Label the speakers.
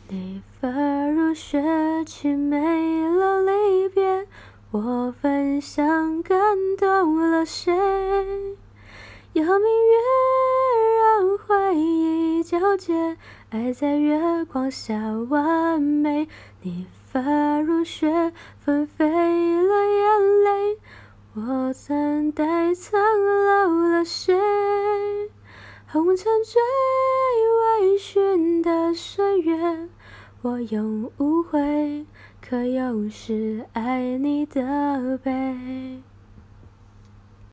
Speaker 1: 你发如雪，凄美了离别。我分享感动了谁？邀明月，让回忆皎洁，爱在月光下完美。你发如雪，纷飞了眼泪。我曾代苍老了谁？红尘最微醺的岁月，我用无悔，可有时爱你的悲。